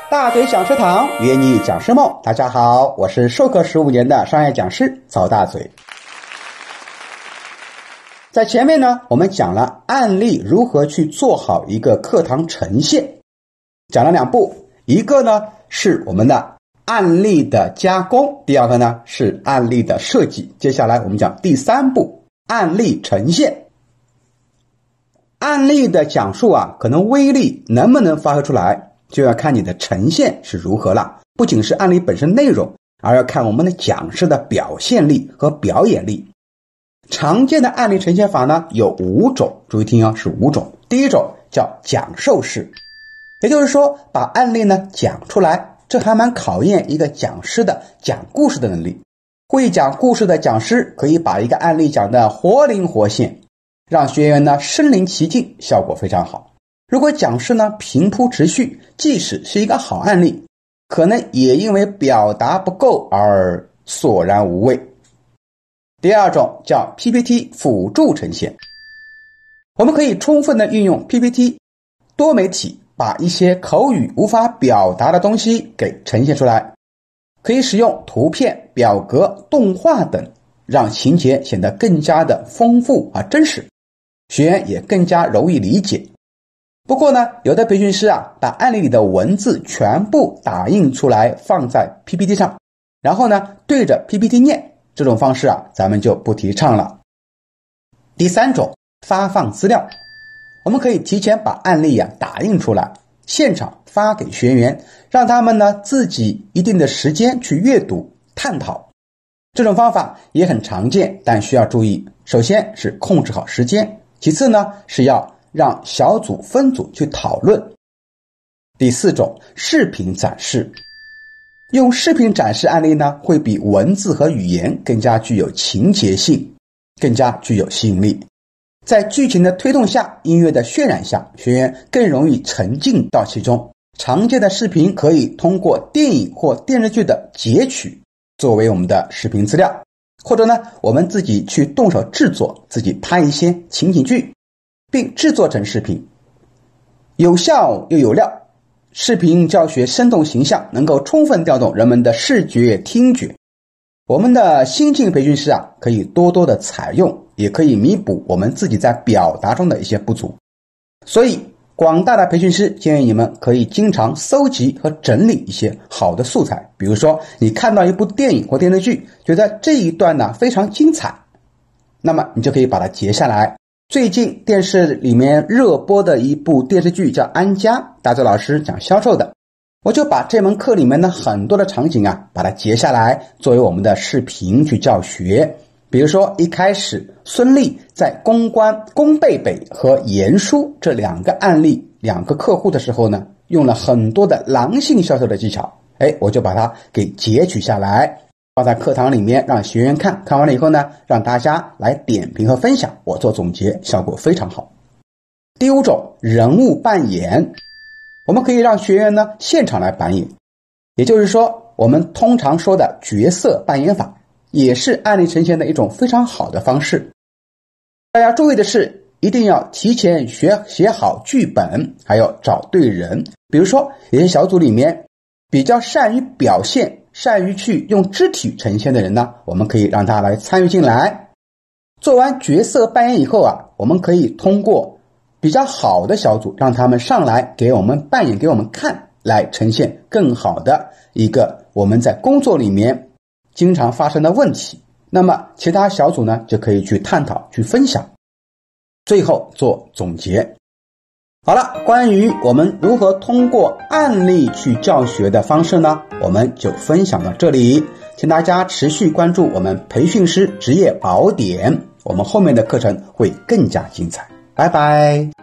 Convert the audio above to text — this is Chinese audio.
大嘴讲师堂约你讲师梦，大家好，我是授课15年的商业讲师曹大嘴。在前面呢，我们讲了案例如何去做好一个课堂呈现，讲了2步，一个呢是我们的案例的加工，第二个呢是案例的设计。接下来我们讲第3步，案例呈现。案例的讲述可能威力能不能发挥出来，就要看你的呈现是如何了。不仅是案例本身内容，而要看我们的讲师的表现力和表演力。常见的案例呈现法呢有5种，注意听是5种。第一种叫讲授式，也就是说把案例呢讲出来，这还蛮考验一个讲师的讲故事的能力。会讲故事的讲师可以把一个案例讲得活灵活现，让学员呢身临其境，效果非常好。如果讲师呢平铺直叙，即使是一个好案例，可能也因为表达不够而索然无味。第二种叫 PPT 辅助呈现，我们可以充分的运用 PPT 多媒体，把一些口语无法表达的东西给呈现出来，可以使用图片、表格、动画等，让情节显得更加的丰富和真实，学员也更加容易理解。不过呢，有的培训师把案例里的文字全部打印出来放在 PPT 上，然后呢对着 PPT 念，这种方式咱们就不提倡了。第3种发放资料，我们可以提前把案例打印出来，现场发给学员，让他们呢自己一定的时间去阅读探讨。这种方法也很常见，但需要注意，首先是控制好时间，其次呢是要让小组分组去讨论。第4种视频展示，用视频展示案例呢会比文字和语言更加具有情节性，更加具有吸引力。在剧情的推动下，音乐的渲染下，学员更容易沉浸到其中。常见的视频可以通过电影或电视剧的截取作为我们的视频资料，或者呢我们自己去动手制作，自己拍一些情景剧并制作成视频，有效又有料。视频教学生动形象，能够充分调动人们的视觉听觉。我们的新进培训师可以多多的采用，也可以弥补我们自己在表达中的一些不足。所以广大的培训师建议你们可以经常搜集和整理一些好的素材，比如说你看到一部电影或电视剧，觉得这一段呢非常精彩，那么你就可以把它截下来。最近电视里面热播的一部电视剧叫《安家》，大嘴老师讲销售的，我就把这门课里面的很多的场景把它截下来，作为我们的视频去教学。比如说一开始孙俪在公关龚贝贝和严叔这2个案例2个客户的时候呢，用了很多的狼性销售的技巧，我就把它给截取下来，放在课堂里面让学员看，看完了以后呢，让大家来点评和分享，我做总结，效果非常好。第5种人物扮演，我们可以让学员呢现场来扮演，也就是说我们通常说的角色扮演法，也是案例呈现的一种非常好的方式。大家注意的是，一定要提前写好剧本，还要找对人。比如说有些小组里面比较善于表现，善于去用肢体呈现的人呢，我们可以让他来参与进来。做完角色扮演以后我们可以通过比较好的小组，让他们上来给我们扮演给我们看，来呈现更好的一个我们在工作里面经常发生的问题。那么其他小组呢就可以去探讨去分享，最后做总结。好了，关于我们如何通过案例去教学的方式呢，我们就分享到这里，请大家持续关注我们培训师职业宝典，我们后面的课程会更加精彩。拜拜。